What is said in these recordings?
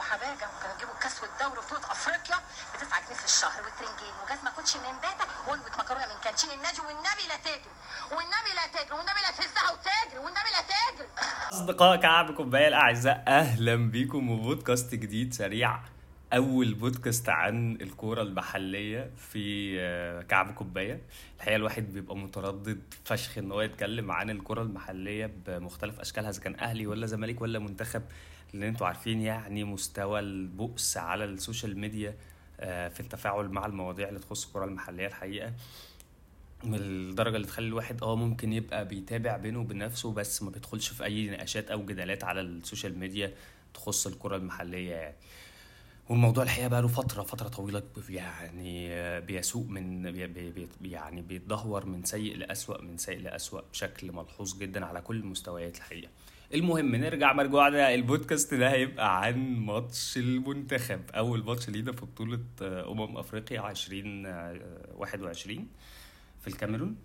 وحباجه، وكانوا يجيبوا الكاس والدوري وبطوله افريقيا ب 9 جنيه في الشهر، وترنجين وجزمه كوتشي من امبارح، وولبه مكرونه من كانتين النادي. والنبي لا تجري، والنبي لا تجري، والنبي لا تهزها وتجري، والنبي لا تجري. أصدقاء كعب كوباية الأعزاء، أهلا بيكم وبودكاست جديد سريع. أول بودكاست عن الكورة المحلية في كعب كوباية. الحقيقة الواحد بيبقى متردد فشخ إن هو يتكلم عن الكورة المحلية بمختلف أشكالها، إذا كان أهلي ولا زمالك ولا منتخب، اللي انتوا عارفين يعني مستوى البؤس على السوشيال ميديا في التفاعل مع المواضيع اللي تخص الكورة المحلية. الحقيقة من الدرجة اللي تخلي الواحد ممكن يبقى بيتابع بينه وبين نفسه، بس ما بيدخلش في أي نقاشات أو جدالات على السوشيال ميديا تخص الكرة المحلية يعني. والموضوع الحقيقة بقى له فترة طويلة يعني بيسوء يعني بيتدهور من سيء لأسوأ بشكل ملحوظ جدا على كل المستويات الحقيقة. المهم نرجع مرجوعنا. البودكاست ده هيبقى عن ماتش المنتخب، أول ماتش لينا في بطولة أفريقيا 2021 في الكاميرون.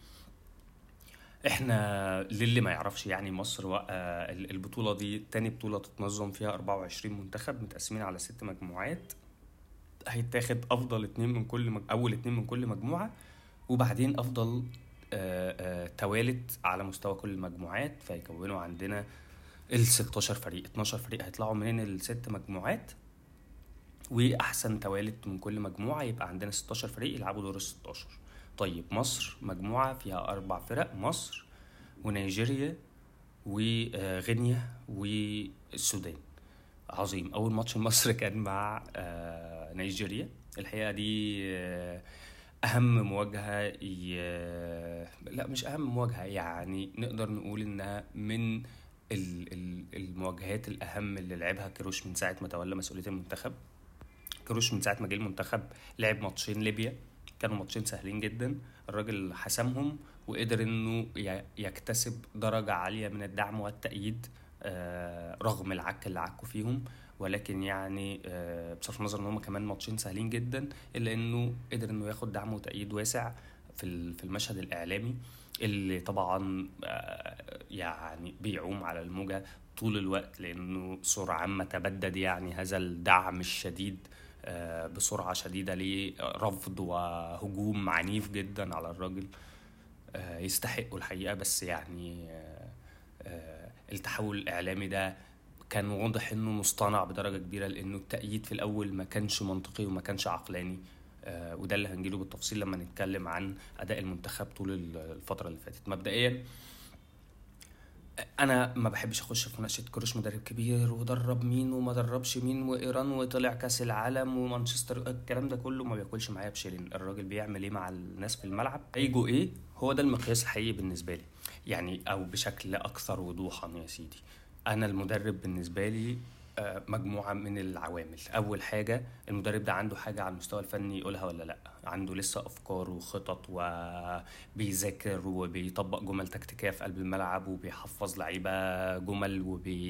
احنا للي ما يعرفش يعني مصر البطولة دي تاني بطولة تتنظم فيها 24 منتخب متقسمين على 6 مجموعات. هيتاخد اول 2 من كل مجموعة، وبعدين افضل توالت على مستوى كل المجموعات، فيكونوا عندنا 16 فريق. 12 فريق هيطلعوا من ال6 مجموعات، واحسن توالت من كل مجموعة يبقى عندنا 16 فريق يلعبوا دور ال16. طيب مصر مجموعة فيها 4 فرق، مصر ونيجيريا وغينيا والسودان. عظيم. أول ماتش مصر كان مع نيجيريا. الحقيقة دي أهم مواجهة لا مش أهم مواجهة، يعني نقدر نقول إنها من المواجهات الأهم اللي لعبها كروش من ساعة ما تولى مسؤولية المنتخب. كروش من ساعة ما جه المنتخب لعب ماتشين ليبيا، كانوا ماتشين سهلين جدا. الراجل حسمهم وقدر انه يكتسب درجة عالية من الدعم والتأييد رغم العك اللي عكوا فيهم. ولكن يعني بصرف النظر ان هم كمان ماتشين سهلين جدا، الا انه قدر انه ياخد دعم وتأييد واسع في المشهد الاعلامي اللي طبعا يعني بيعوم على الموجة طول الوقت، لانه سرعان ما تبدد يعني هذا الدعم الشديد بسرعة شديدة لرفض وهجوم عنيف جدا على الراجل يستحقوا الحقيقة. بس يعني التحول الإعلامي ده كان واضح انه مصطنع بدرجة كبيرة، لانه التأييد في الاول ما كانش منطقي وما كانش عقلاني، وده اللي هنجيله بالتفصيل لما نتكلم عن اداء المنتخب طول الفترة اللي فاتت. مبدئيا انا ما بحبش اخش في مناقشه كروش مدرب كبير ودرب مين وما دربش مين وايران وطلع كاس العالم ومانشستر، الكلام ده كله ما بياكلش معايا بشيلين. الراجل بيعمل ايه مع الناس في الملعب، هيجوا ايه، هو ده المقياس الحقيقي بالنسبه لي يعني، او بشكل اكثر وضوحا يا سيدي. انا المدرب بالنسبه لي مجموعة من العوامل. أول حاجة، المدرب ده عنده حاجة على المستوى الفني يقولها ولا لأ، عنده لسه أفكار وخطط وبيذاكر وبيطبق جمل تكتيكية في قلب الملعب وبيحفظ لعيبة جمل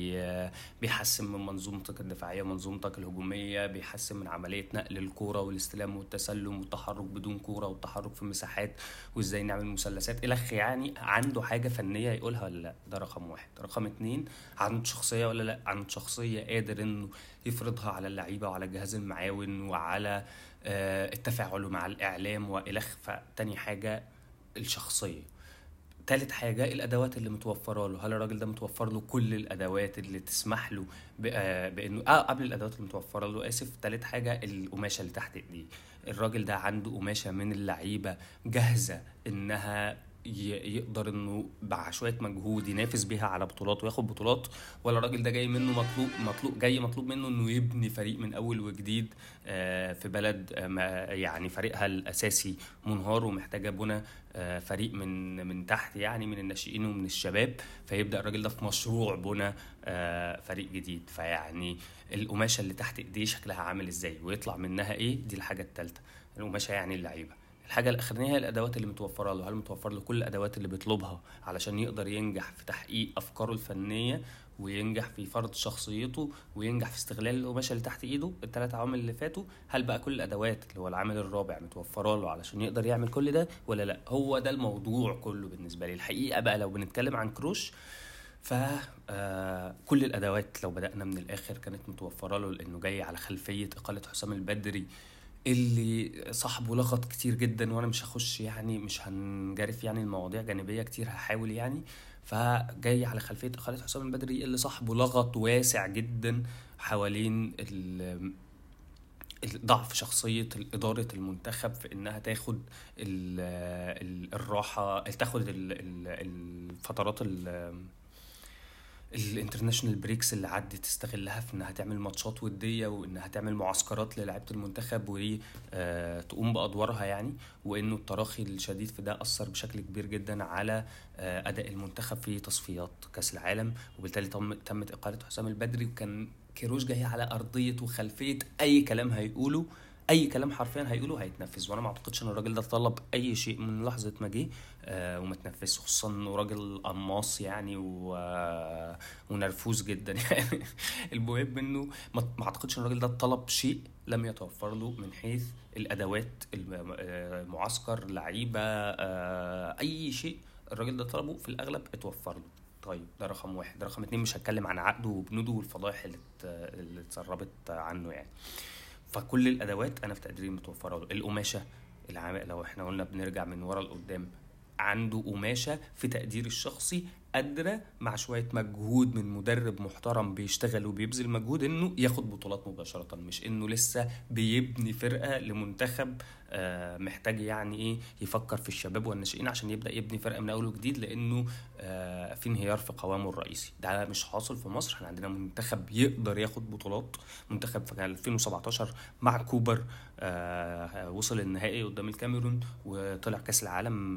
وبيحسن من منظومتك الدفاعية منظومتك الهجومية، بيحسن من عملية نقل الكورة والاستلام والتسلم والتحرك بدون كورة والتحرك في المساحات وإزاي نعمل مثلثات إلخ. يعني عنده حاجة فنية يقولها ولا لأ، ده رقم 1. رقم 2، عنده شخصية ولا لأ، عنده شخصية قادر انه يفرضها على اللعيبه وعلى الجهاز المعاون وعلى التفاعل مع الاعلام والخ. فتاني حاجه الشخصيه. تالت حاجه الادوات اللي متوفره له، هل الراجل ده متوفر له كل الادوات اللي تسمح له بانه قبل الادوات اللي متوفره له تالت حاجه القماشه اللي تحت ايديه. الراجل ده عنده قماشه من اللعيبه جاهزه انها يقدر انه مع شويه مجهود ينافس بيها على بطولات وياخد بطولات، ولا الراجل ده جاي منه مطلوب منه انه يبني فريق من اول وجديد في بلد يعني فريقها الاساسي منهار ومحتاجه بنى فريق من تحت، يعني من الناشئين ومن الشباب، فيبدا الراجل ده في مشروع بنى فريق جديد. فيعني القماشه اللي تحت ايديه شكلها عامل ازاي ويطلع منها ايه، دي الحاجه الثالثه. القماشه يعني اللعيبه. الحاجة الأخرانية هي الأدوات اللي متوفرة له، هل متوفر له كل الأدوات اللي بيطلبها علشان يقدر ينجح في تحقيق أفكاره الفنية وينجح في فرض شخصيته وينجح في استغلال القماشة اللي تحت إيده. ال3 عوامل اللي فاتوا، هل بقى كل الأدوات اللي هو العامل الرابع متوفرة له علشان يقدر يعمل كل ده ولا لأ؟ هو ده الموضوع كله بالنسبة لي الحقيقة. بقى لو بنتكلم عن كروش، ف كل الادوات لو بدأنا من الاخر كانت متوفره له، لانه جاي على خلفيه اقاله حسام البدري اللي صاحبه لغط كتير جدا، وانا مش هخش يعني، مش هنجرف يعني المواضيع جانبيه كتير، هحاول يعني. فجاي على خلفيه اقاله حسام البدري اللي صاحبه لغط واسع جدا حوالين ضعف شخصية إدارة المنتخب في إنها تاخد الراحة، تاخد الفترات الانترناشنال بريكس اللي عدت، تستغلها في انها تعمل ماتشات وديه، وانها تعمل معسكرات للاعيبه المنتخب ودي تقوم بادوارها يعني. وانه التراخي الشديد في ده اثر بشكل كبير جدا على اداء المنتخب في تصفيات كاس العالم، وبالتالي تمت اقاله حسام البدري. وكان كيروش جاي على ارضيه وخلفيه اي كلام هيقوله، اي كلام حرفيا هيقوله هيتنفذ. وانا ما اعتقدش ان الراجل ده طلب اي شيء من لحظه ما جه وما تنفذش، خصوصا انه راجل قماص يعني ونرفوز جدا يعني. المهم انه ما اعتقدش ان الراجل ده طلب شيء لم يتوفر له من حيث الادوات، المعسكر، لعيبه، اي شيء الراجل ده طلبه في الاغلب اتوفر له. طيب ده رقم واحد. ده رقم اتنين، مش هتكلم عن عقده وبنوده والفضائح اللي اتسربت عنه يعني. فكل الادوات انا في تقديري متوفره له. القماشه لو احنا قلنا بنرجع من ورا لقدام، عنده قماشه في تقديري الشخصي قادره مع شويه مجهود من مدرب محترم بيشتغل وبيبذل مجهود انه ياخد بطولات مباشره، مش انه لسه بيبني فرقه لمنتخب محتاج يعني ايه يفكر في الشباب والناشئين عشان يبدا يبني فرقه من اول وجديد، لانه في انهيار في قوامه الرئيسي. ده مش حاصل في مصر. احنا عندنا منتخب يقدر ياخد بطولات. منتخب في 2017 مع كوبر وصل النهائي قدام الكاميرون وطلع كاس العالم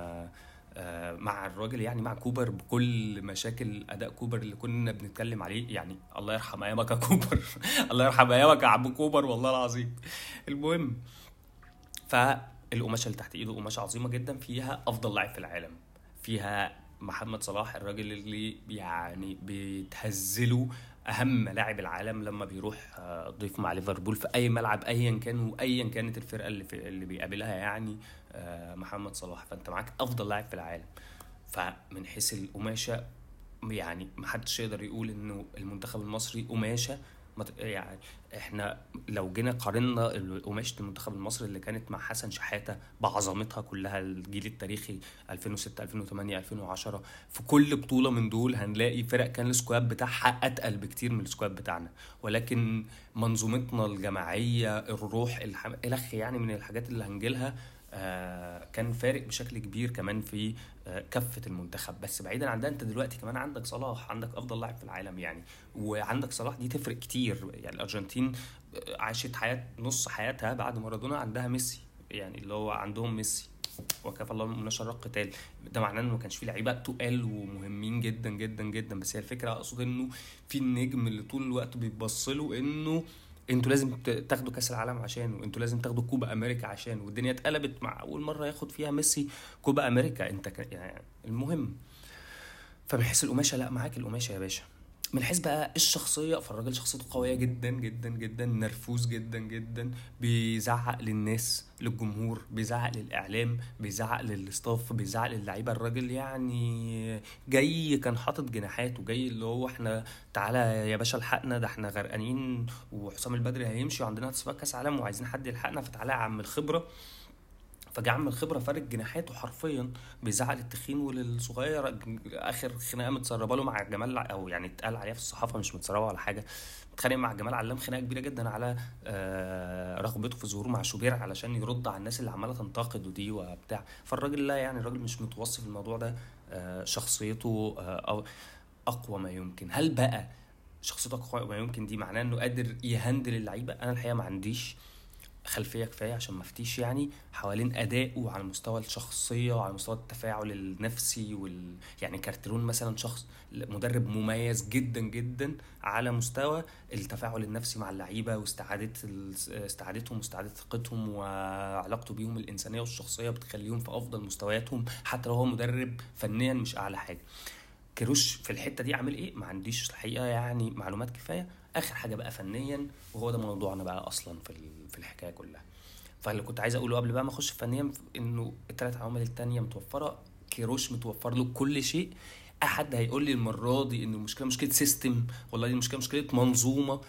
مع الراجل يعني، مع كوبر بكل مشاكل اداء كوبر اللي كنا بنتكلم عليه يعني. الله يرحم ايامك يا كوبر. الله يرحم ايامك يا عم كوبر والله العظيم. المهم، فالقماشه اللي تحت ايده قماشه عظيمه جدا، فيها افضل لاعب في العالم، فيها محمد صلاح الراجل اللي يعني بيتهزله اهم لاعب العالم لما بيروح ضيف مع ليفربول في اي ملعب ايا كان، وايا كانت الفرقه اللي بيقابلها يعني محمد صلاح. فانت معاك افضل لاعب في العالم. فمن حيث القماشه يعني محدش يقدر يقول انه المنتخب المصري قماشه. يعني احنا لو جينا قارنا قماشة المنتخب المصري اللي كانت مع حسن شحاتة بعظمتها كلها، الجيل التاريخي 2006 2008 2010، في كل بطولة من دول هنلاقي فرق كان السكواد بتاعها اتقل بكتير من السكواد بتاعنا، ولكن منظومتنا الجماعية، الروح، الخ يعني من الحاجات اللي هنجيلها كان فارق بشكل كبير كمان في كفة المنتخب. بس بعيدا عن ده، انت دلوقتي كمان عندك صلاح، عندك افضل لاعب في العالم يعني، وعندك صلاح دي تفرق كتير يعني. الارجنتين عاشت نص حياتها بعد مارادونا عندها ميسي يعني، اللي هو عندهم ميسي وكفى الله من شر القتال. ده معناه انه ما كانش فيه لعيبه تقال ومهمين جدا جدا جدا، بس هي الفكره اقصد انه في النجم اللي طول الوقت بيبصلوا انه انتوا لازم تاخدوا كاس العالم عشانه، انتوا لازم تاخدوا كوبا امريكا عشانه. والدنيا اتقلبت مع اول مره ياخد فيها ميسي كوبا امريكا. انت يعني المهم، فمن حيث القماشه لا، معاك القماشه يا باشا. من حيث بقى الشخصيه، فالراجل شخصيته قويه جدا جدا جدا، نرفوز جدا جدا، بيزعق للناس، للجمهور، بيزعق للاعلام، بيزعق للستاف، بيزعق للعيبه. الراجل يعني جاي كان حاطط جناحاته، جاي اللي هو احنا تعالى يا باشا الحقنا، ده احنا غرقانين وحسام البدري هيمشي وعندنا تصفيات كاس عالم وعايزين حد يلحقنا، فتعالى يا عم الخبره. فجاء عم الخبره فارق جناحاته حرفيا، بيزعق للتخين وللصغير. اخر خناقه متسربه له مع جمال، او يعني اتقال عليها في الصحافه مش متسربه ولا حاجه، اتخانق مع جمال علام خناقه كبيره جدا على رغبته في الظهور مع شوبير علشان يرد على الناس اللي عماله تنتقده دي وبتاع. فالراجل لا يعني، الراجل مش متوصف الموضوع ده. شخصيته اقوى ما يمكن. هل بقى شخصيته اقوى ما يمكن دي معناه انه قادر يهندل اللعيبه؟ انا الحقيقه ما عنديش خلفيه كفايه عشان مفتيش يعني حوالين ادائه على مستوى الشخصيه وعلى مستوى التفاعل النفسي يعني كارترون مثلا شخص مدرب مميز جدا جدا على مستوى التفاعل النفسي مع اللعيبه استعادتهم واستعاده ثقتهم وعلاقته بيهم الانسانيه والشخصيه بتخليهم في افضل مستوياتهم حتى لو هو مدرب فنيا مش اعلى حاجه. كيروش في الحته دي عامل ايه؟ ما عنديش الحقيقه يعني معلومات كفايه. اخر حاجه بقى فنيا، وهو ده موضوعنا بقى اصلا في الحكايه كلها. فاللي كنت عايز اقوله قبل بقى ما اخش فنيا، انه الثلاث عوامل التانية متوفره، كيروش متوفر له كل شيء احد هيقول لي المره دي ان المشكله مشكله سيستم، والله دي المشكله مشكله منظومه.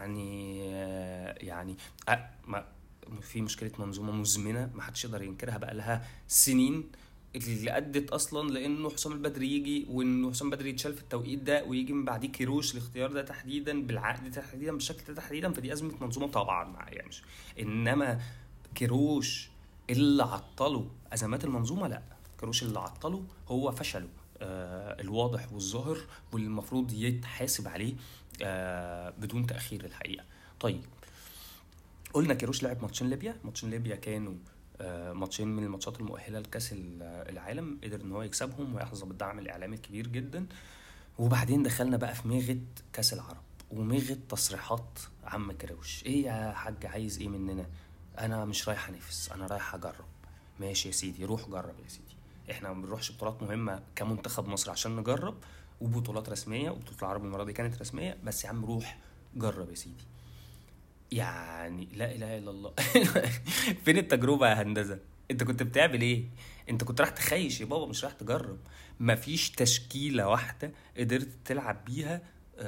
يعني ما في مشكله منظومه مزمنه ما حدش يقدر ينكرها بقى لها سنين، اللي ادت اصلا لانه حسام البدري يجي، وانه حسام البدري يتشال في التوقيت ده، ويجي من بعديه كيروش الاختيار ده تحديدا بالعقد ده تحديدا بالشكل ده تحديدا. فدي ازمه منظومه طبعا معايا، مش انما كيروش اللي عطله ازمات المنظومه. لا، كيروش اللي عطله هو فشله الواضح والظاهر، واللي المفروض يتحاسب عليه بدون تاخير الحقيقه. طيب، قلنا كيروش لعب ماتشين ليبيا. ماتشين ليبيا كانوا ماتشين من الماتشات المؤهله لكاس العالم، قدر ان هو يكسبهم ويحظى بالدعم الاعلامي الكبير جدا. وبعدين دخلنا بقى في ميغه كاس العرب وميغه تصريحات عم كيروش. ايه يا حاج عايز ايه مننا؟ انا مش رايح انافس، انا رايح اجرب. ماشي يا سيدي، روح جرب يا سيدي. احنا ما بنروحش بطولات مهمه كمنتخب مصر عشان نجرب، وبطولات رسميه، وبطوله العرب المره دي كانت رسميه، بس يا عم روح جرب يا سيدي. يعني لا اله الا الله. فين التجربه يا هندسه؟ انت كنت بتعمل ايه؟ انت كنت راح تخيش يا بابا، مش راح تجرب. مفيش تشكيله واحده قدرت تلعب بيها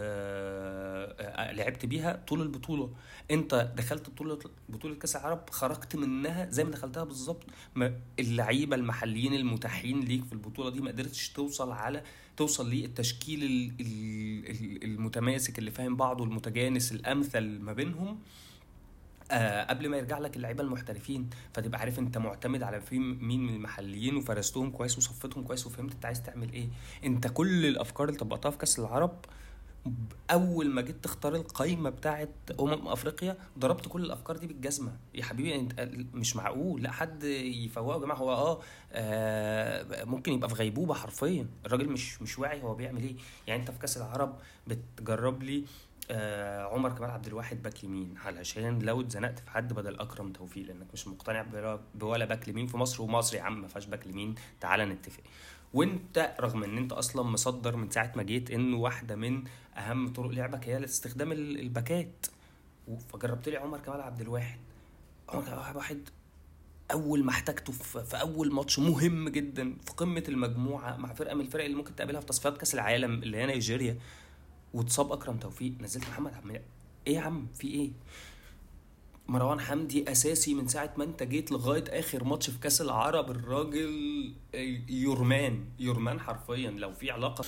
لعبت بيها طول البطوله. انت دخلت بطوله كاس العرب، خرجت منها زي ما دخلتها بالظبط. اللعيبه المحليين المتاحين ليك في البطوله دي ما قدرتش توصل للتشكيل المتماسك اللي فاهم بعضه، المتجانس الامثل ما بينهم قبل ما يرجع لك اللعيبه المحترفين. فتبقى عارف انت معتمد على مين من المحليين، وفرستهم كويس وصفتهم كويس وفهمت انت عايز تعمل ايه. انت كل الافكار اللي طبقتها في كاس العرب اول ما جيت تختار القائمه بتاعه افريقيا ضربت كل الافكار دي بالجزمه يا حبيبي. انت مش معقول لا حد يفوقه يا جماعه. هو ممكن يبقى في غيبوبه حرفيا، الراجل مش واعي هو بيعمل ايه. يعني انت في كاس العرب بتجرب لي عمر كمال عبد الواحد باك يمين، علشان لو اتزنقت في حد بدل اكرم توفيق، لانك مش مقتنع بولا باك يمين في مصر، ومصر يا عم ما فيهاش باك يمين، تعالى نتفق. وانت رغم ان انت اصلا مصدر من ساعه ما جيت انه واحده من اهم طرق لعبك هي استخدام الباكات، فجربت لي عمر كمال عبد الواحد. عمر كمال عبد الواحد اول ما احتاجته في اول ماتش مهم جدا في قمه المجموعه مع فرقه من الفرق اللي ممكن تقابلها في تصفيات كاس العالم اللي هي نيجيريا، واتصاب اكرم توفيق، نزلت محمد عبد المنعم. ايه يا عم في ايه؟ مروان حمدي اساسي من ساعه ما انت جيت لغايه اخر ماتش في كاس العرب. الراجل يورمان حرفيا. لو في علاقه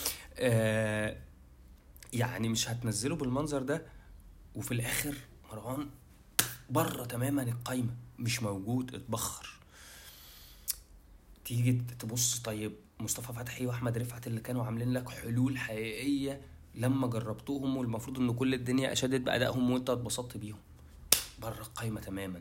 يعني مش هتنزله بالمنظر ده. وفي الاخر مروان بره تماما القايمه، مش موجود، اتبخر. تيجي تبص، طيب مصطفى فتحي واحمد رفعت اللي كانوا عاملين لك حلول حقيقيه لما جربتوهم، والمفروض ان كل الدنيا اشادت بادائهم وانت اتبسطت بيهم، بره القايمه تماما.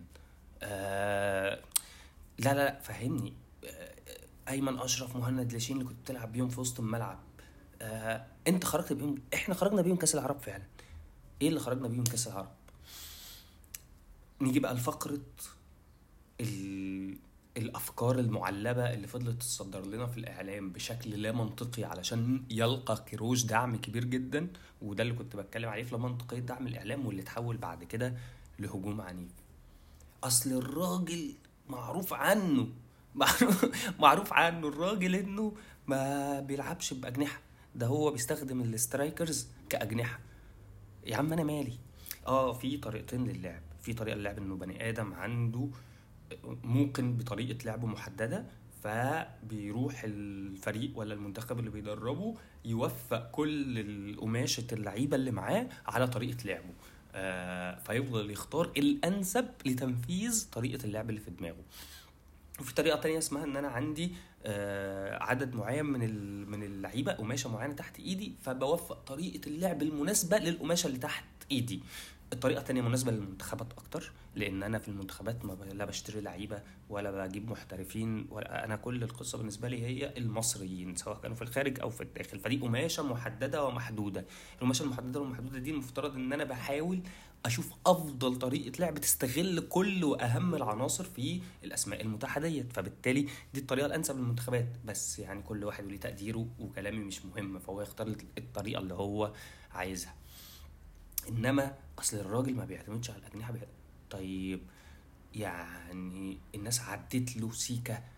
لا فهمني. ايمن اشرف، مهند لاشين اللي كنت بتلعب بيهم في وسط الملعب، انت خرجت بيهم، احنا خرجنا بيهم كاس العرب فعلا. ايه اللي خرجنا بيهم كاس العرب؟ نيجي بقى لفقره الافكار المعلبه اللي فضلت تصدر لنا في الاعلام بشكل لا منطقي علشان يلقى كيروش دعم كبير جدا. وده اللي كنت بتكلم عليه في لا منطقيه دعم الاعلام، واللي تحول بعد كده لهجوم عنيف. اصل الراجل معروف عنه الراجل انه ما بيلعبش باجنحه، ده هو بيستخدم السترايكرز كاجنحه. يا عم انا مالي. في طريقتين للعب. في طريقه للعب انه بني ادم عنده ممكن بطريقه لعبه محدده، فبيروح الفريق ولا المنتخب اللي بيدربه يوفق كل القماشة اللعيبه اللي معاه على طريقه لعبه، فيفضل يختار الانسب لتنفيذ طريقه اللعب اللي في دماغه. وفي طريقه تانية اسمها ان انا عندي عدد معين من اللعيبه، قماشه معينه تحت ايدي، فبوفق طريقه اللعب المناسبه للقماشه اللي تحت ايدي. الطريقه التانية مناسبه للمنتخبات اكتر، لان انا في المنتخبات لا بشتري لعيبه ولا بجيب محترفين، ولا انا كل القصه بالنسبه لي هي المصريين سواء كانوا في الخارج او في الداخل. فدي قماشه محدده ومحدوده. القماشه المحدده والمحدوده دي المفترض ان انا بحاول اشوف افضل طريقه لعب تستغل كل واهم العناصر في الاسماء المتاحه ديت. فبالتالي دي الطريقه الانسب للمنتخبات. بس يعني كل واحد وليه تقديره، وكلامي مش مهم، فهو يختار الطريقه اللي هو عايزها. انما اصل الراجل ما بيعتمدش على الاجنحه طيب يعني الناس عدت له سيكا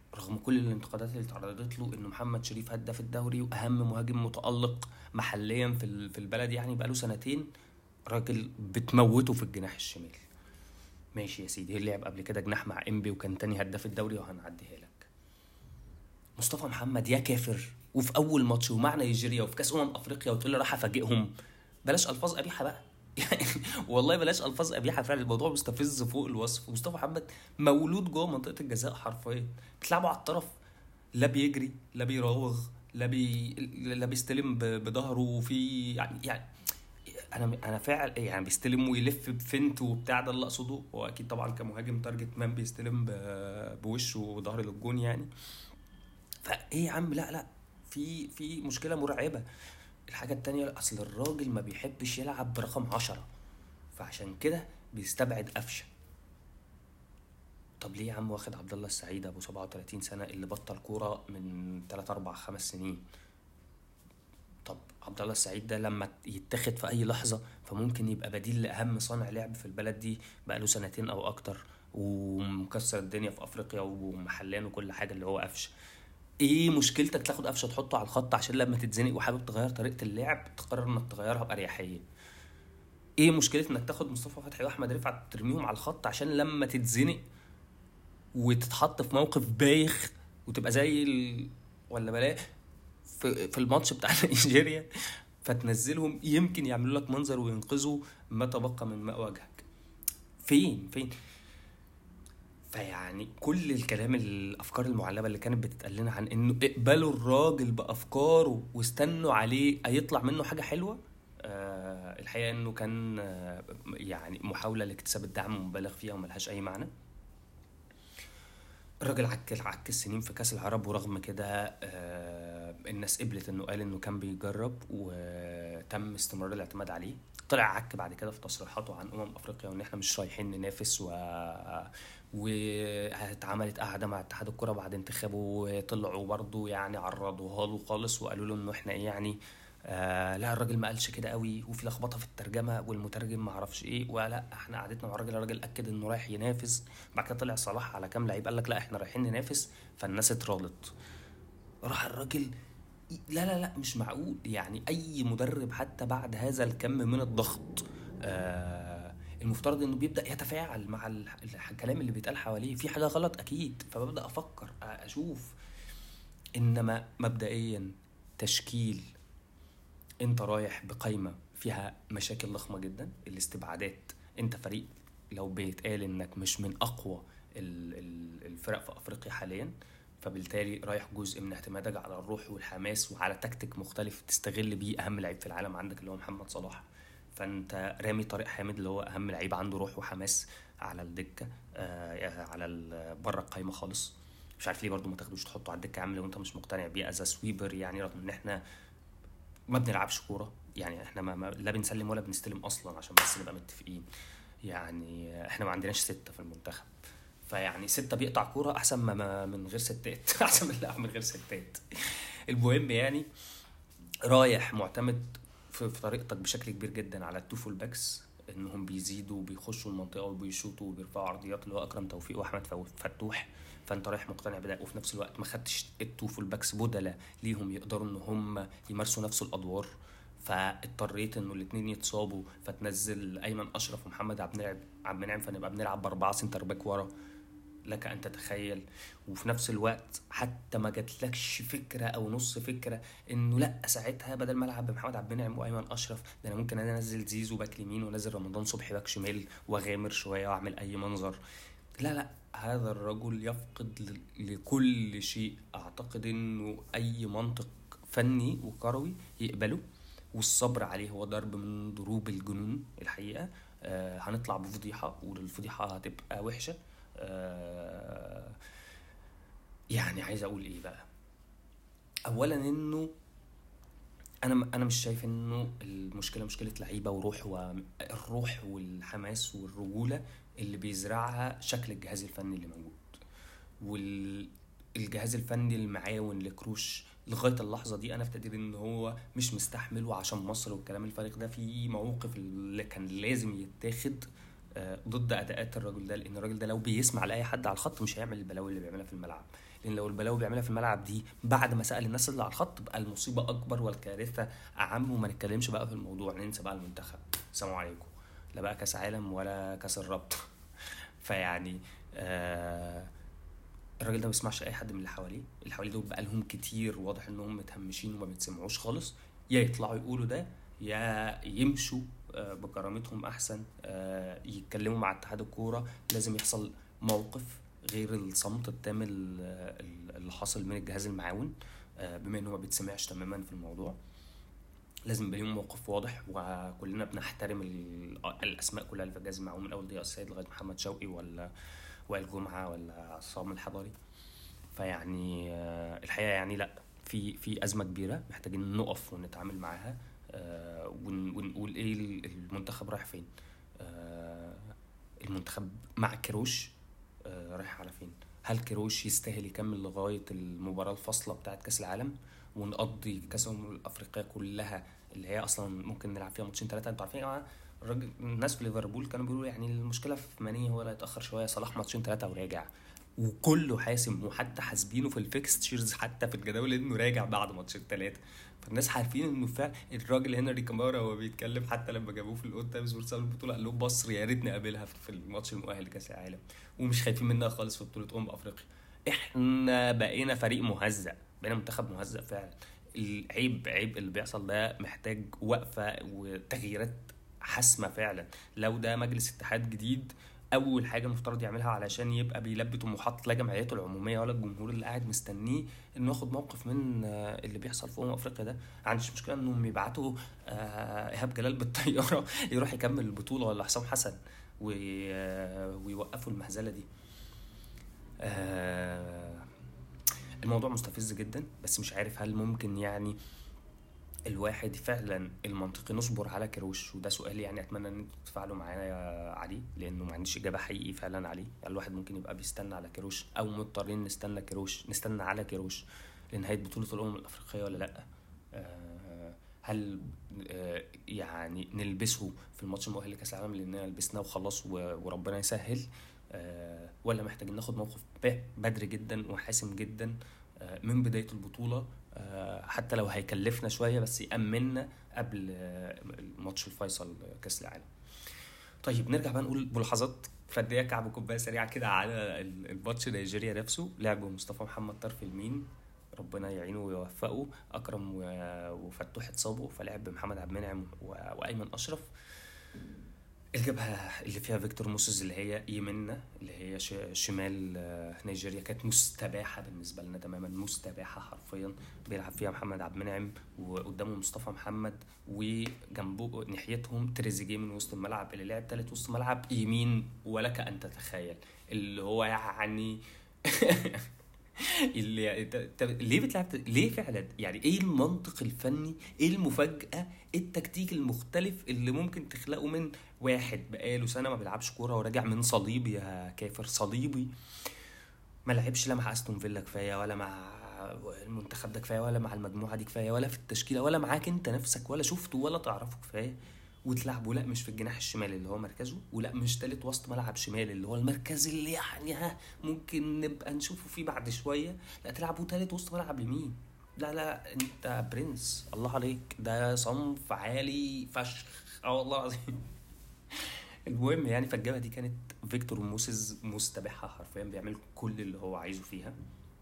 رغم كل الانتقادات اللي تعرضت له انه محمد شريف هداف الدوري واهم مهاجم متألق محليا في البلد، يعني بقاله سنتين راجل بتموته في الجناح الشمال. ماشي يا سيدي، لعب قبل كده جناح مع انبي وكان تاني هداف الدوري وهنعديها لك. مصطفى محمد يا كافر، وفي اول ماتش ومع نيجيريا وفي كاس افريقيا وتقول لي راح افاجئهم. بلاش الفاظ قبيحه بقى يعني والله بلاش الفاظ قبيحه، فعلا الموضوع مستفز فوق الوصف. مصطفى محمد مولود جوه منطقه الجزاء حرفيا، بتلعبوا على الطرف، لا بيجري لا بيراوغ لا بيستلم بظهره في يعني انا فعلا يعني بيستلم ويلف بفنت وبتاع، ده اللي اقصده. هو اكيد طبعا كمهاجم تارجت مان بيستلم بوشه وظهر للجون يعني. فايه يا عم، لا في مشكله مرعبه. الحاجه التانية، اصل الراجل ما بيحبش يلعب برقم 10، فعشان كده بيستبعد قفشه. طب ليه يا عم واخد عبد الله السعيد ابو 37 سنه اللي بطل كوره من 3 4 5 سنين؟ طب عبد الله السعيد ده لما يتاخد في اي لحظه فممكن يبقى بديل لاهم صانع لعب في البلد دي بقاله سنتين او اكتر، ومكسر الدنيا في افريقيا ومحليا وكل حاجه، اللي هو قفشه. ايه مشكلتك تاخد قفشه تحطه على الخط عشان لما تتزنق وحابب تغير طريقه اللعب تقرر انك تغيرها باريحيه؟ ايه مشكله انك تاخد مصطفى فتحي واحمد رفعت ترميهم على الخط عشان لما تتزنق وتتحط في موقف بايخ وتبقى زي ولا بلاش في الماتش بتاع نيجيريا فتنزلهم يمكن يعملوا لك منظر وينقذوا ما تبقى من ماء وجهك؟ فين فيعني كل الكلام الافكار المعلبه اللي كانت بتتقال لنا عن انه اقبلوا الراجل بافكاره واستنوا عليه هيطلع منه حاجه حلوه، الحقيقه انه كان يعني محاوله لاكتساب الدعم مبالغ فيها وملهاش اي معنى. الراجل عك السنين في كاس العرب، ورغم كده الناس قبلت انه قال انه كان بيجرب وتم استمرار الاعتماد عليه. طلع عك بعد كده في تصريحاته عن افريقيا وان احنا مش رايحين ننافس واتعملت قاعده مع اتحاد الكره بعد انتخابه وطلعوا برضو يعني عرضوها له خالص وقالوا له انه احنا يعني لا الراجل ما قالش كده قوي، وفي لخبطه في الترجمه والمترجم ما عرفش ايه، ولا احنا قعدتنا مع الراجل اكد انه رايح ينافس. بعد كده طلع صلاح على كام لعيب قال لك لا احنا رايحين ننافس، فالناس اتراضت. راح الراجل لا مش معقول يعني. اي مدرب حتى بعد هذا الكم من الضغط المفترض انه بيبدا يتفاعل مع الكلام اللي بيتقال حواليه. في حاجه غلط اكيد، فببدا افكر اشوف. انما مبدئيا تشكيل انت رايح بقايمه فيها مشاكل ضخمه جدا، الاستبعادات، انت فريق لو بيتقال انك مش من اقوى الفرق في افريقيا حاليا، فبالتالي رايح جزء من اعتمادك على الروح والحماس وعلى تكتيك مختلف تستغل بيه اهم لعيب في العالم عندك اللي هو محمد صلاح. فانت رامي طارق حامد اللي هو اهم لعيب عنده روح وحماس على الدكه، على بره القايمه خالص. مش عارف ليه برضو ما تاخدوش تحطه على الدكه عامل لو انت مش مقتنع بيه از سويبر، يعني رغم ان احنا ما بنلعبش كوره، يعني احنا لا بنسلم ولا بنستلم اصلا عشان بس نبقى متفقين. يعني احنا ما عندناش 6 في المنتخب، فيعني 6 بيقطع كوره احسن ما من غير ستات احسن من لا من غير ستات. المهم يعني رايح معتمد في طريقتك بشكل كبير جدا على التوفل باكس، انهم بيزيدوا وبيخشوا المنطقه وبيشوطوا وبيرفعوا عرضيات اللي هو اكرم توفيق واحمد فتوح. فانت رايح مقتنع بده، وفي نفس الوقت ما خدتش التوفل باكس بدله ليهم يقدروا ان هم يمارسوا نفس الادوار، فاضطريت انه الاثنين يتصابوا فتنزل ايمن اشرف ومحمد عبد المنعم فنبقى بنلعب ب4 سنتر باك ورا، لك ان تتخيل. وفي نفس الوقت حتى ما جاتلكش فكره او نص فكره انه لا ساعتها بدل ما العب بمحمد عبد المنعم وايمن اشرف ده انا ممكن انزل زيزو باك يمين وانزل رمضان صبحي باك شمال واغامر شويه واعمل اي منظر. لا هذا الرجل يفقد لكل شيء. اعتقد انه اي منطق فني وكروي يقبله، والصبر عليه هو ضرب من ضروب الجنون الحقيقه. هنطلع بفضيحه والفضيحه هتبقى وحشه. يعني عايز اقول ايه بقى؟ اولا انه انا مش شايف انه المشكله مشكله لعيبه وروح، والروح والحماس والرجوله اللي بيزرعها شكل الجهاز الفني اللي موجود والجهاز الفني المعاون لكروش لغايه اللحظه دي. انا في تقديري ان هو مش مستحمل، وعشان مصر والكلام الفارغ ده في مواقف اللي كان لازم يتاخد ضد اداءات الراجل ده، لان الراجل ده لو بيسمع لاي حد على الخط مش هيعمل البلاوي اللي بيعملها في الملعب. لان لو البلاوي بيعملها في الملعب دي بعد ما سال الناس اللي على الخط تبقى المصيبه اكبر والكارثه اعم، وما نتكلمش بقى في الموضوع، ننسى بقى المنتخب، سلام عليكم، لا بقى كاس عالم ولا كاس الرابطه. فيعني الراجل ده ما بيسمعش اي حد من اللي حواليه دول بقى لهم كتير واضح انهم متهمشين وما بيتسمعوش خالص، يا يطلعوا يقولوا ده يا يمشوا بكرامتهم احسن، يتكلموا مع اتحاد الكوره. لازم يحصل موقف غير الصمت التام اللي حاصل من الجهاز المعاون، بما انه ما بيتسمعش تماما في الموضوع. لازم يبقى لهم موقف واضح، وكلنا بنحترم الاسماء كلها اللي في الجهاز المعاون من اول ضياء السيد لغايه محمد شوقي ولا وائل جمعه ولا عصام الحضري. فيعني الحقيقه يعني لا، في ازمه كبيره محتاجين نقف ونتعامل معاها، ونقول ايه المنتخب رايح فين. المنتخب مع كيروش رايح على فين؟ هل كيروش يستاهل يكمل لغايه المباراه الفاصله بتاعه كاس العالم ونقضي كاس الافريقيه كلها اللي هي اصلا ممكن نلعب فيها ماتشين 3؟ انتوا عارفين يا جماعه الراجل، الناس في ليفربول كانوا بيقولوا يعني المشكله في ماني هو اللي هيتاخر شويه، صلاح ماتشين 3 وراجع، وكله حاسم، وحتى حاسبينه في الفيكستشرز حتى في الجداول انه راجع بعد ماتشين 3. فالناس عارفين انه فعلا الراجل هنري كامارا هو بيتكلم، حتى لما جابوه في الاوت تايمز ورسالوا البطوله قال لهم مصر يا ريت نقابلها في الماتش المؤهل لكاس العالم، ومش خايفين منها خالص في بطوله افريقيا. احنا بقينا فريق مهزأ، بقينا منتخب مهزأ فعلا. العيب اللي بيحصل ده محتاج وقفه وتغييرات حاسمه فعلا. لو ده مجلس اتحاد جديد، اول حاجه المفترض يعملها علشان يبقى بيلبي طموحات لا جمعيته العموميه ولا الجمهور اللي قاعد مستنيه انه ياخد موقف من اللي بيحصل في افريقيا ده. عنديش مشكله انهم يبعتوا ايهاب جلال بالطياره يروح يكمل البطوله، ولا حسام حسن، ويوقفوا المهزله دي. الموضوع مستفز جدا، بس مش عارف هل ممكن يعني الواحد فعلا المنطقي نصبر على كيروش؟ وده سؤال يعني اتمنى ان انتوا تتفاعلوا معايا عليه، لانه ما عنديش اجابه حقيقي فعلا عليه. يعني الواحد ممكن يبقى بيستنى على كيروش او مضطرين نستنى على كيروش لنهايه بطوله الامم الافريقيه ولا لا؟ هل يعني نلبسه في الماتش المؤهل لكاس العالم لاننا لبسناه وخلاص وربنا يسهل، ولا محتاجين ناخد موقف بدري جدا وحاسم جدا من بدايه البطوله، حتى لو هيكلفنا شويه بس يأمننا قبل الماتش الفيصل كاس العالم. طيب نرجع بقى نقول ملاحظات فرديه كعب كوبايه سريعه كده على الماتش نيجيريا نفسه. لعب مصطفى محمد طرف اليمين، ربنا يعينه ويوفقه. اكرم وفتوح اتصابوا فلعب بمحمد عبد المنعم وايمن اشرف. الجبهه اللي فيها فيكتور موسيس اللي هي يمنا اللي هي شمال نيجيريا كانت مستباحه بالنسبه لنا تماما، مستباحه حرفيا. بيلعب فيها محمد عبد المنعم وقدامه مصطفى محمد، وجنبه ناحيتهم تريزيجيه من وسط الملعب اللي لعب ثالث وسط ملعب يمين، ولك ان تتخيل اللي هو يعني اللي ليه بتلعب ليه فعلا؟ يعني ايه المنطق الفني، ايه المفاجأة، ايه التكتيك المختلف اللي ممكن تخلقه من واحد بقاله سنة ما بيلعبش كورة وراجع من صليبي يا كافر، صليبي ما لعبش لا مع استون فيلا كفاية، ولا مع المنتخب ده كفاية، ولا مع المجموعة دي كفاية، ولا في التشكيلة، ولا معاك انت نفسك ولا شفته ولا تعرفه كفاية، وتلعبه لا مش في الجناح الشمالي اللي هو مركزه، ولا مش تالت وسط ملعب شمالي اللي هو المركز اللي يعني ممكن نبقى نشوفه فيه بعد شوية، لا تلعبه تالت وسط ملعب يمين. لا انت برنس، الله عليك، ده صنف عالي فشخ والله العظيم. المهم يعني فالجبهة دي كانت فيكتور موسيس مستباحة حرفيا، بيعمل كل اللي هو عايزه فيها.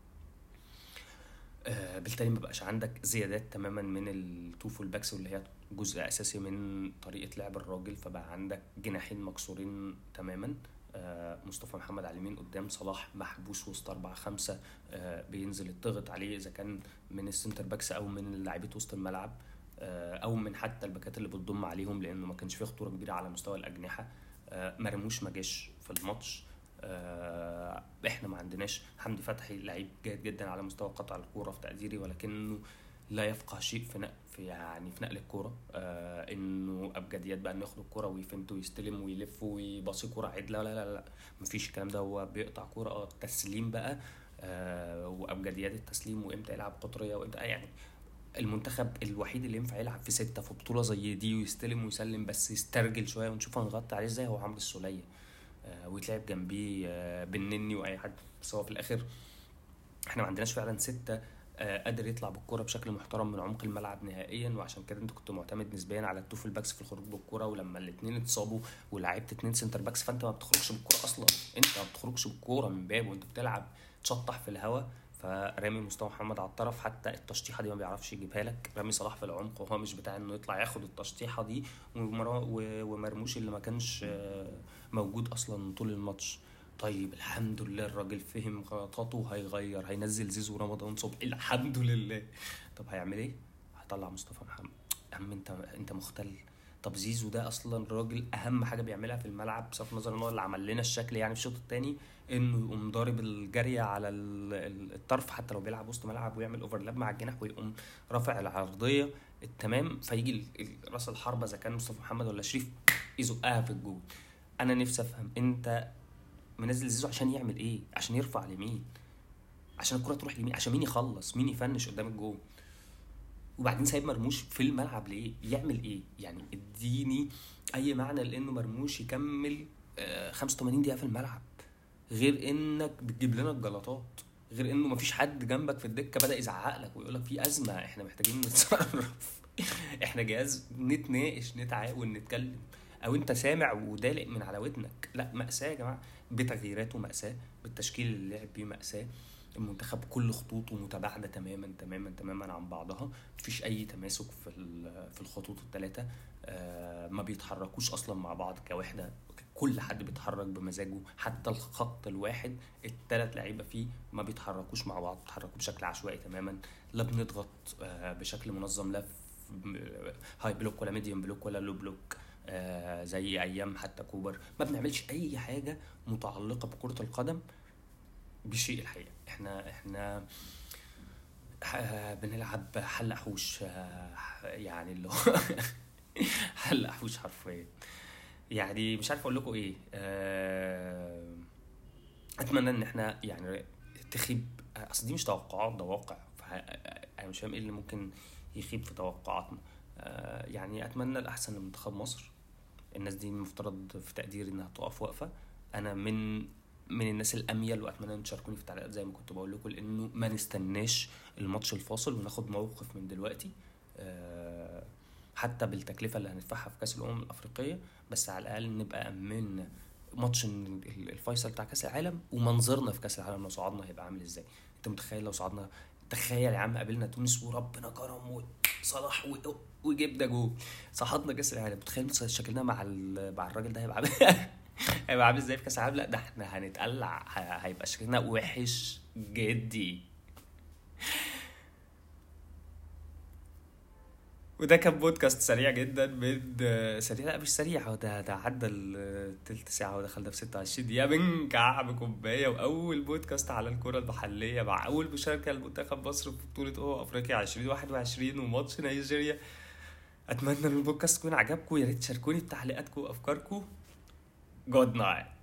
بالتالي ما بقاش عندك زيادات تماما من التو فول باكس اللي هي جزء اساسي من طريقه لعب الراجل، فبقى عندك جناحين مكسورين تماما. مصطفى محمد على اليمين، قدام صلاح محبوس وسط 4-5، بينزل الضغط عليه اذا كان من السنتر باكس او من لاعيبه وسط الملعب، او من حتى الباكات اللي بتضم عليهم، لانه ما كانش فيه خطوره كبيره على مستوى الاجنحه. مرموش ما جاش في الماتش. احنا ما عندناش حمدي فتحي، لعيب جيد جدا على مستوى قطع الكوره في تقديري، ولكنه لا يفقه شيء في نقل الكوره. انه ابجديات بقى انه ياخد الكوره ويفنت ويستلم ويلف ويباصي كوره عدله، لا مفيش الكلام ده. هو بيقطع كوره تسليم بقى، وابجديات التسليم، وامتى يلعب قطريه وامتى يعني. المنتخب الوحيد اللي ينفع يلعب في 6 في بطوله زي دي ويستلم ويسلم بس يسترجل شويه ونشوف هنغطي عليه ازاي هو عمرو السوليه، ويتلعب جنبيه بالنني واي حد. بس هو في الاخر احنا ما عندناش فعلا 6 قادر يطلع بالكرة بشكل محترم من عمق الملعب نهائيا، وعشان كده انت كنت معتمد نسبيا على التو فول باكس في الخروج بالكرة، ولما الاثنين اتصابوا ولعبت 2 سنتر باكس فانت ما بتخرجش بالكرة اصلا، انت ما بتخرجش بالكرة من باب وانت بتلعب تشطح في الهواء. فرامي مصطفى محمد على الطرف، حتى التشطيحه دي ما بيعرفش يجيبها لك. رامي صلاح في العمق وهو مش بتاع انه يطلع ياخد التشطيحه دي، ومرموش اللي ما كانش موجود اصلا طول الماتش. طيب الحمد لله الراجل فهم غلطاته وهيغير، هينزل زيزو ورمضان صبحي الحمد لله. طب هيعمل ايه؟ هيطلع مصطفى محمد. يا عم انت مختل. طب زيزو ده اصلا الراجل اهم حاجه بيعملها في الملعب بصرف النظر ان هو اللي عمل لنا الشكل يعني في الشوط الثاني، انه يقوم ضارب الجري على الطرف حتى لو بيلعب وسط ملعب ويعمل اوفرلاب مع الجناح ويقوم رافع العرضيه التمام، فيجي راس الحربه اذا كان مصطفى محمد ولا شريف يزقها في الجول. انا نفسي افهم انت منزل زيزو عشان يعمل ايه؟ عشان يرفع اليمين، عشان الكره تروح اليمين، عشان مين يخلص، مين يفنش قدام الجول؟ وبعدين سايب مرموش في الملعب ليه؟ يعمل ايه؟ يعني اديني اي معنى لانه مرموش يكمل 85 دقيقه في الملعب، غير انك بتجيب لنا الجلطات، غير انه مفيش حد جنبك في الدكه بدا يزعق لك ويقول لك في ازمه احنا محتاجين نتصرف. احنا جهاز نتناقش نتعاون نتكلم، او انت سامع ودالق من على ودنك؟ لا، مأساة يا جماعه، بتغييراته مأساة، بالتشكيل اللي لعب بيه مأساة. المنتخب كل خطوطه متباعده تماما تماما تماما عن بعضها، مفيش اي تماسك في الخطوط الثلاثه، ما بيتحركوش اصلا مع بعض كوحده، كل حد بيتحرك بمزاجه، حتى الخط الواحد الثلاث لعيبه فيه ما بيتحركوش مع بعض، بيتحركوا بشكل عشوائي تماما. لا بنضغط بشكل منظم، لا هاي بلوك ولا ميديوم بلوك ولا لو بلوك زي ايام حتى كوبر، ما بنعملش اي حاجه متعلقه بكره القدم بشيء. الحقيقه احنا بنلعب حلق حوش، يعني اللي هو حلق حوش حرفيا. يعني مش عارف اقول لكم ايه. اتمنى ان احنا يعني تخيب، اصل دي مش توقعات، ده واقع، انا مش فاهم ايه اللي ممكن يخيب في توقعاتنا. يعني اتمنى الاحسن لمنتخب مصر. الناس دي المفترض في تقديري انها تقف وقفه. انا من الناس الاميل، واتمنى ان تشاركوني في التعليقات زي ما كنت بقول لكم، لانه ما نستناش الماتش الفاصل وناخد موقف من دلوقتي، حتى بالتكلفه اللي هندفعها في كاس الامم الافريقيه، بس على الاقل نبقى امنا ماتش الفيصل بتاع كاس العالم، ومنظرنا في كاس العالم لو صعدنا هيبقى عامل ازاي. انت متخيل لو صعدنا؟ تخيل يا عم قابلنا تونس وربنا كرم وصلاح وجبنا جول، صعدنا كاس العالم، متخيل شكلنا مع الراجل ده هيبقى عامل هيبقى عامل ازاي في كاس العالم؟ لا ده احنا هنتقلع، هيبقى شكلنا وحش جدي. وده كان بودكاست سريع جدا من سريع، لا مش سريع، هو ده عدى التلت ساعة ودخل ده في 26 دقيقة من كعب كوباية، وأول بودكاست على الكرة المحلية مع أول مشاركة لمنتخب مصر في بطولة أفريقيا 2021 وماتش نيجيريا. أتمنى إن البودكاست يكون عجبكم، يا ريت تشاركوني بتعليقاتكم وأفكاركم. جود نايت.